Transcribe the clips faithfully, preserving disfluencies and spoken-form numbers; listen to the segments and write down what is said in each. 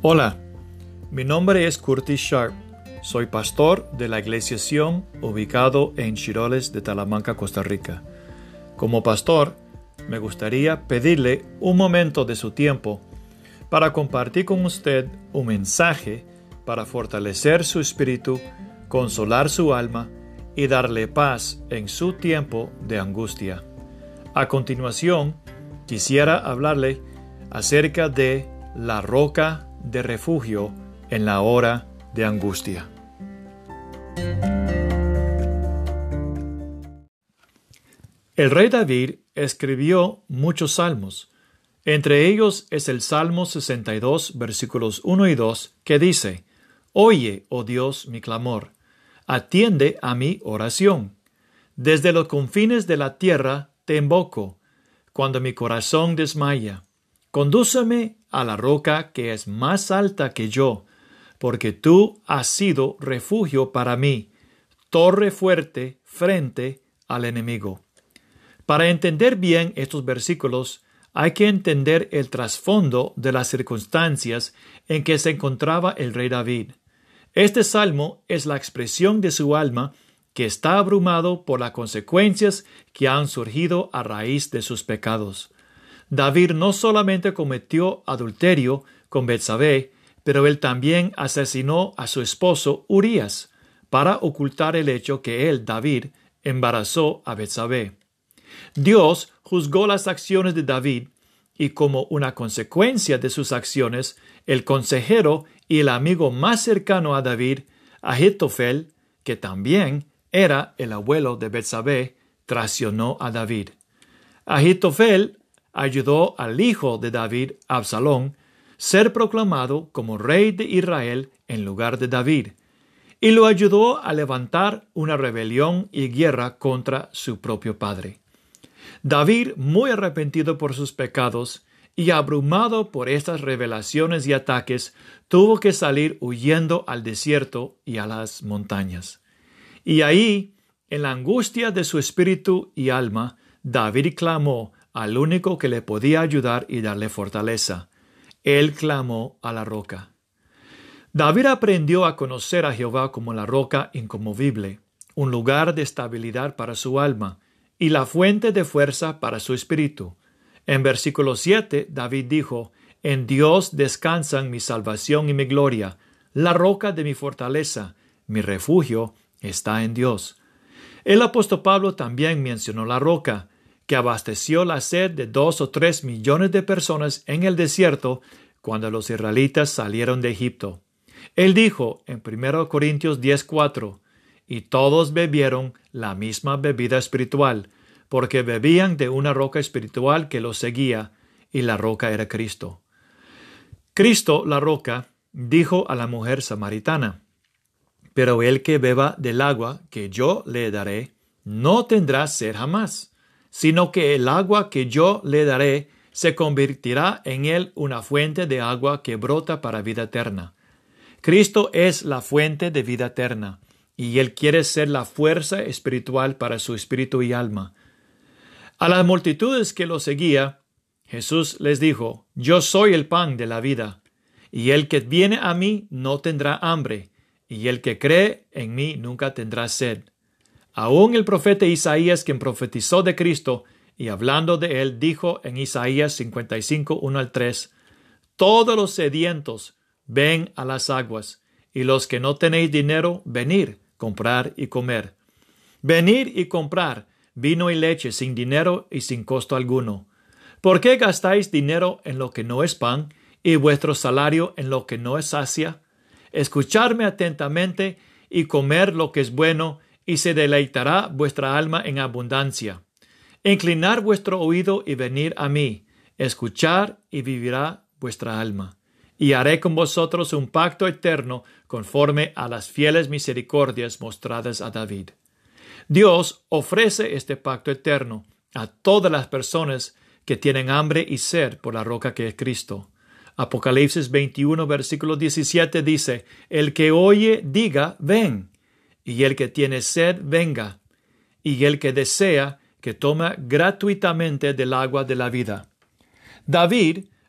Hola, mi nombre es Curtis Sharp. Soy pastor de la Iglesia Sion, ubicado en Chiroles de Talamanca, Costa Rica. Como pastor, me gustaría pedirle un momento de su tiempo para compartir con usted un mensaje para fortalecer su espíritu, consolar su alma y darle paz en su tiempo de angustia. A continuación, quisiera hablarle acerca de la roca de refugio en la hora de angustia. El rey David escribió muchos salmos. Entre ellos es el Salmo sesenta y dos, versículos uno y dos, que dice: Oye, oh Dios, mi clamor, atiende a mi oración. Desde los confines de la tierra te invoco, cuando mi corazón desmaya. Condúceme a la roca que es más alta que yo, porque tú has sido refugio para mí, torre fuerte frente al enemigo. Para entender bien estos versículos, hay que entender el trasfondo de las circunstancias en que se encontraba el rey David. Este salmo es la expresión de su alma que está abrumado por las consecuencias que han surgido a raíz de sus pecados. David no solamente cometió adulterio con Betsabé, pero él también asesinó a su esposo Urías para ocultar el hecho que él, David, embarazó a Betsabé. Dios juzgó las acciones de David y, como una consecuencia de sus acciones, el consejero y el amigo más cercano a David, Ahitofel, que también era el abuelo de Betsabé, traicionó a David. Ahitofel ayudó al hijo de David, Absalón, ser proclamado como rey de Israel en lugar de David, y lo ayudó a levantar una rebelión y guerra contra su propio padre. David, muy arrepentido por sus pecados y abrumado por estas revelaciones y ataques, tuvo que salir huyendo al desierto y a las montañas. Y ahí, en la angustia de su espíritu y alma, David clamó al único que le podía ayudar y darle fortaleza. Él clamó a la roca. David aprendió a conocer a Jehová como la roca inconmovible, un lugar de estabilidad para su alma y la fuente de fuerza para su espíritu. En versículo siete, David dijo: En Dios descansan mi salvación y mi gloria, la roca de mi fortaleza, mi refugio está en Dios. El apóstol Pablo también mencionó la roca, que abasteció la sed de dos o tres millones de personas en el desierto cuando los israelitas salieron de Egipto. Él dijo en primera Corintios diez cuatro, y todos bebieron la misma bebida espiritual, porque bebían de una roca espiritual que los seguía, y la roca era Cristo. Cristo, la roca, dijo a la mujer samaritana: Pero el que beba del agua que yo le daré, no tendrá sed jamás, sino que el agua que yo le daré se convertirá en él una fuente de agua que brota para vida eterna. Cristo es la fuente de vida eterna, y Él quiere ser la fuerza espiritual para su espíritu y alma. A las multitudes que lo seguía, Jesús les dijo: Yo soy el pan de la vida, y el que viene a mí no tendrá hambre, y el que cree en mí nunca tendrá sed. Aún el profeta Isaías, quien profetizó de Cristo, y hablando de él, dijo en Isaías cincuenta y cinco, uno al tres, Todos los sedientos, ven a las aguas, y los que no tenéis dinero, venid, comprar y comer. Venid y comprar vino y leche sin dinero y sin costo alguno. ¿Por qué gastáis dinero en lo que no es pan, y vuestro salario en lo que no es sacia? Escuchadme atentamente y comer lo que es bueno, y se deleitará vuestra alma en abundancia. Inclinad vuestro oído y venid a mí, escuchad y vivirá vuestra alma. Y haré con vosotros un pacto eterno conforme a las fieles misericordias mostradas a David. Dios ofrece este pacto eterno a todas las personas que tienen hambre y sed por la roca que es Cristo. Apocalipsis veintiuno, versículo diecisiete dice: El que oye, diga, ven. Y el que tiene sed, venga. Y el que desea, que tome gratuitamente del agua de la vida. David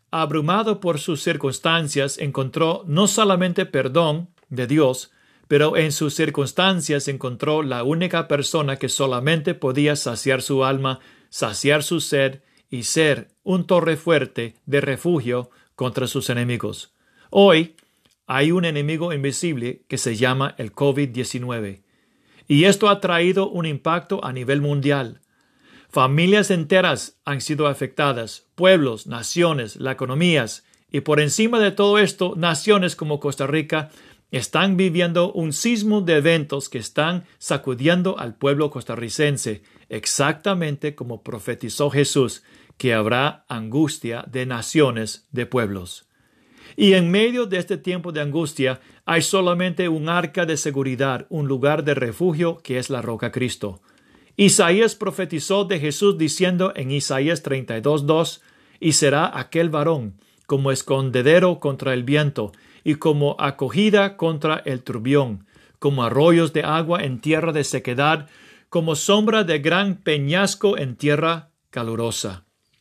abrumado por sus circunstancias, encontró no solamente perdón de Dios, pero en sus circunstancias encontró la única persona que solamente podía saciar su alma, saciar su sed y ser un torre fuerte de refugio contra sus enemigos. Hoy hay un enemigo invisible que se llama el COVID diecinueve, y esto ha traído un impacto a nivel mundial. Familias enteras han sido afectadas, pueblos, naciones, las economías, y por encima de todo esto, naciones como Costa Rica están viviendo un sismo de eventos que están sacudiendo al pueblo costarricense, exactamente como profetizó Jesús, que habrá angustia de naciones, de pueblos. Y en medio de este tiempo de angustia hay solamente un arca de seguridad, un lugar de refugio que es la roca Cristo. Isaías profetizó de Jesús diciendo en Isaías treinta y dos, dos, y será aquel varón como escondedero contra el viento y como acogida contra el turbión, como arroyos de agua en tierra de sequedad, como sombra de gran peñasco en tierra calurosa.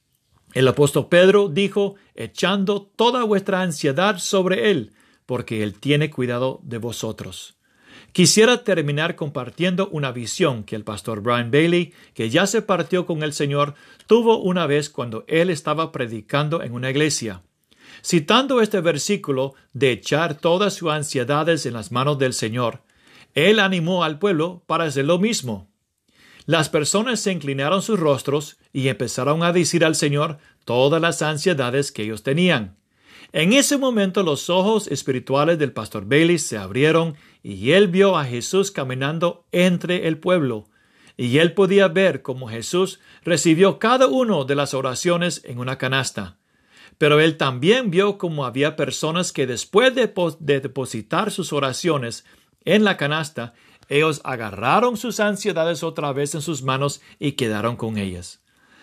El apóstol Pedro dijo, echando toda vuestra ansiedad sobre él, porque él tiene cuidado de vosotros. Quisiera terminar compartiendo una visión que el pastor Brian Bailey, que ya se partió con el Señor, tuvo una vez cuando él estaba predicando en una iglesia. Citando este versículo de echar todas sus ansiedades en las manos del Señor, él animó al pueblo para hacer lo mismo. Las personas se inclinaron sus rostros y empezaron a decir al Señor todas las ansiedades que ellos tenían. En ese momento los ojos espirituales del pastor Bailey se abrieron y él vio a Jesús caminando entre el pueblo. Y él podía ver cómo Jesús recibió cada una de las oraciones en una canasta. Pero él también vio cómo había personas que después de, de depositar sus oraciones en la canasta, ellos agarraron sus ansiedades otra vez en sus manos y quedaron con ellas.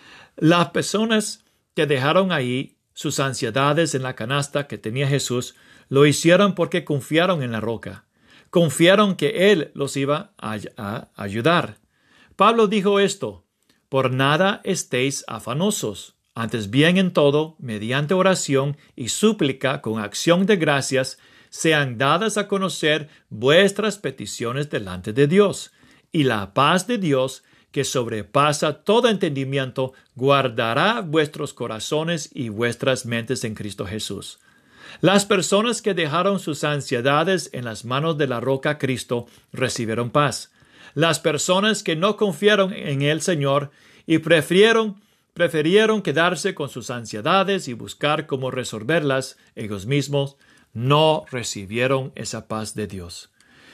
Las personas que dejaron ahí sus ansiedades en la canasta que tenía Jesús, lo hicieron porque confiaron en la roca. Confiaron que Él los iba a, a ayudar. Pablo dijo esto, por nada estéis afanosos, antes bien en todo, mediante oración y súplica con acción de gracias, sean dadas a conocer vuestras peticiones delante de Dios, y la paz de Dios, que sobrepasa todo entendimiento, guardará vuestros corazones y vuestras mentes en Cristo Jesús. Las personas que dejaron sus ansiedades en las manos de la roca Cristo recibieron paz. Las personas que no confiaron en el Señor y prefirieron, prefirieron quedarse con sus ansiedades y buscar cómo resolverlas ellos mismos, no recibieron esa paz de Dios.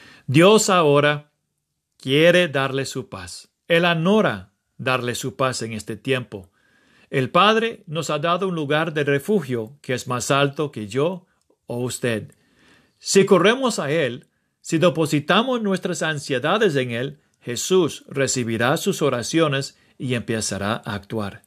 Dios ahora quiere darle su paz. Él anora darle su paz en este tiempo. El Padre nos ha dado un lugar de refugio que es más alto que yo o usted. Si corremos a Él, si depositamos nuestras ansiedades en Él, Jesús recibirá sus oraciones y empezará a actuar.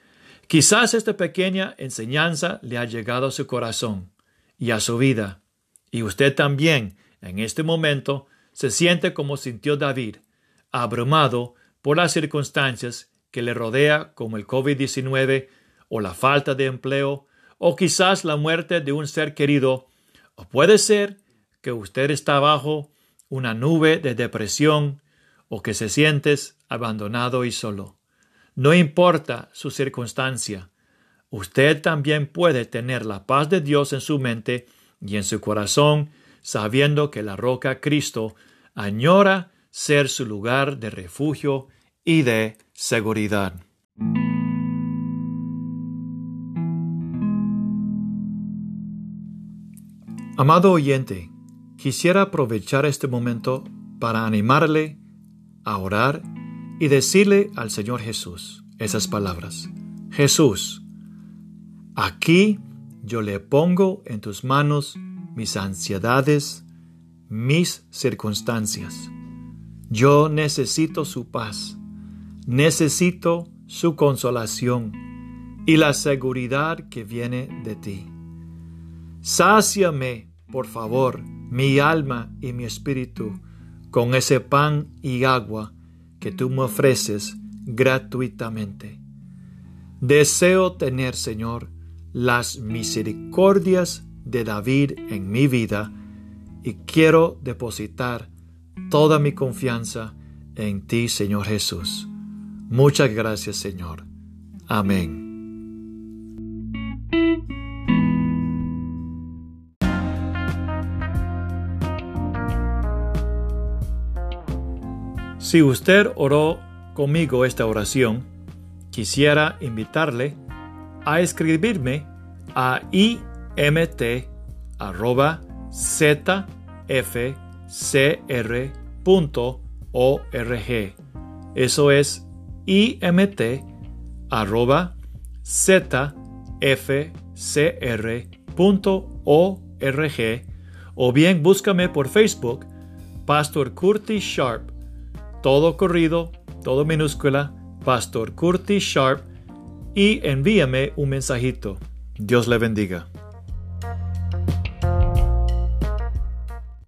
Quizás esta pequeña enseñanza le ha llegado a su corazón y a su vida, y usted también, en este momento, se siente como sintió David, abrumado por las circunstancias que le rodea como el COVID diecinueve o la falta de empleo o quizás la muerte de un ser querido, o puede ser que usted está bajo una nube de depresión o que se sientes abandonado y solo. No importa su circunstancia, usted también puede tener la paz de Dios en su mente y en su corazón, sabiendo que la roca Cristo añora ser su lugar de refugio y de seguridad. Amado oyente, quisiera aprovechar este momento para animarle a orar y decirle al Señor Jesús esas palabras. Jesús, aquí yo le pongo en tus manos mis ansiedades, mis circunstancias. Yo necesito su paz, necesito su consolación y la seguridad que viene de ti. Sáciame, por favor, mi alma y mi espíritu con ese pan y agua que tú me ofreces gratuitamente. Deseo tener, Señor, las misericordias de David en mi vida y quiero depositar toda mi confianza en ti, Señor Jesús. Muchas gracias, Señor. Amén. Si usted oró conmigo esta oración, quisiera invitarle a escribirme a i m t arroba z f c r punto org. Eso es i m t arroba z f c r punto org, o bien búscame por Facebook, Pastor Curtis Sharp, todo corrido, todo minúscula, Pastor Curtis Sharp, y envíame un mensajito. Dios le bendiga.